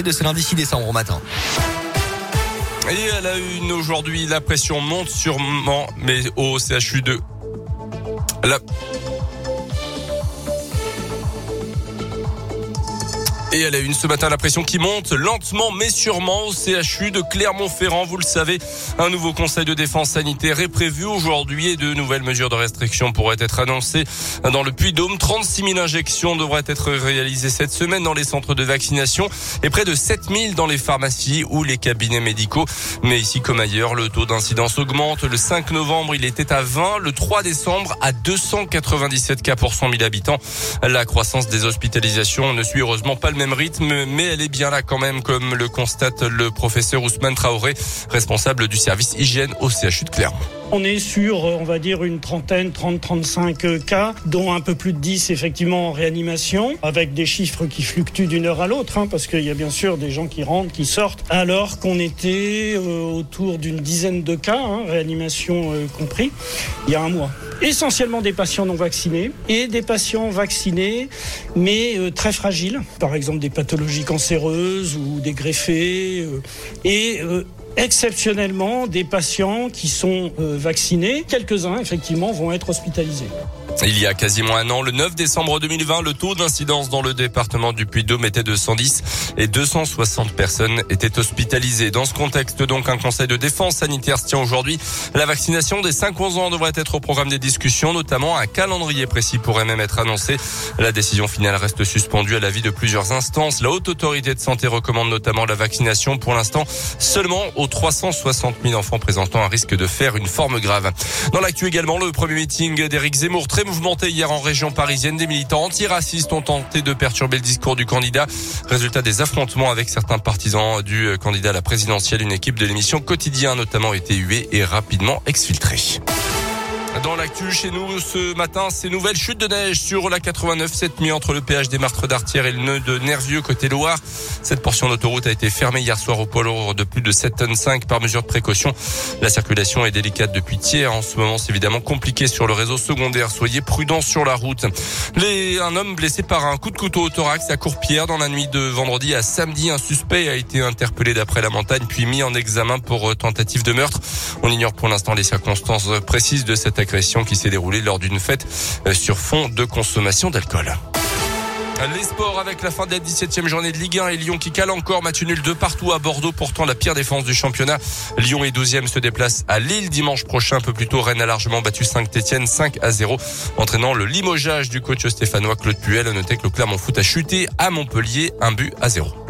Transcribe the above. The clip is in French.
de ce lundi 6 décembre au matin. Et à la une aujourd'hui, la pression monte sûrement, mais au CHU de... Et à la une ce matin, la pression qui monte lentement mais sûrement au CHU de Clermont-Ferrand. Vous le savez, un nouveau conseil de défense sanitaire est prévu aujourd'hui et de nouvelles mesures de restriction pourraient être annoncées dans le Puy-de-Dôme. 36 000 injections devraient être réalisées cette semaine dans les centres de vaccination et près de 7 000 dans les pharmacies ou les cabinets médicaux. Mais ici comme ailleurs, le taux d'incidence augmente. Le 5 novembre, il était à 20. Le 3 décembre, à 297 cas pour 100 000 habitants. La croissance des hospitalisations ne suit heureusement pas le même rythme, mais elle est bien là quand même, comme le constate le professeur Ousmane Traoré, responsable du service hygiène au CHU de Clermont. On est sur, on va dire, une trentaine, 30-35 cas, dont un peu plus de 10 effectivement en réanimation, avec des chiffres qui fluctuent d'une heure à l'autre, parce qu'il y a bien sûr des gens qui rentrent, qui sortent, alors qu'on était autour d'une dizaine de cas, réanimation compris, il y a un mois. Essentiellement des patients non vaccinés et des patients vaccinés, mais très fragiles, par exemple des pathologies cancéreuses ou des greffés, exceptionnellement des patients qui sont vaccinés. Quelques-uns, effectivement, vont être hospitalisés. Il y a quasiment un an, le 9 décembre 2020, le taux d'incidence dans le département du Puy-de-Dôme était de 110 et 260 personnes étaient hospitalisées. Dans ce contexte, donc, un conseil de défense sanitaire se tient aujourd'hui. La vaccination des 5-11 ans devrait être au programme des discussions, notamment un calendrier précis pourrait même être annoncé. La décision finale reste suspendue à l'avis de plusieurs instances. La Haute Autorité de Santé recommande notamment la vaccination pour l'instant seulement aux 360 000 enfants présentant un risque de faire une forme grave. Dans l'actu également, le premier meeting d'Éric Zemmour, très mouvementé hier en région parisienne. Des militants antiracistes ont tenté de perturber le discours du candidat. Résultat des affrontements avec certains partisans du candidat à la présidentielle. Une équipe de l'émission Quotidien a notamment été huée et rapidement exfiltrée. Dans l'actu chez nous ce matin, ces nouvelles chutes de neige sur la 89 cette nuit entre le péage des Martres d'Artière et le nœud de Nervieux côté Loire. Cette portion d'autoroute a été fermée hier soir au poids lourd de plus de 7,5 tonnes par mesure de précaution. La circulation est délicate depuis hier. En ce moment, c'est évidemment compliqué sur le réseau secondaire. Soyez prudents sur la route. Un homme blessé par un coup de couteau au thorax à Courpierre dans la nuit de vendredi à samedi. Un suspect a été interpellé d'après la montagne puis mis en examen pour tentative de meurtre. On ignore pour l'instant les circonstances précises de cette agression qui s'est déroulée lors d'une fête sur fond de consommation d'alcool. Les sports avec la fin de la 17e journée de Ligue 1 et Lyon qui cale encore. Match nul de partout à Bordeaux, pourtant la pire défense du championnat. Lyon est 12e, se déplace à Lille dimanche prochain. Un peu plus tôt, Rennes a largement battu Saint-Étienne 5-0, entraînant le limogeage du coach stéphanois Claude Puel. Notez que le Clermont Foot a chuté à Montpellier 1-0.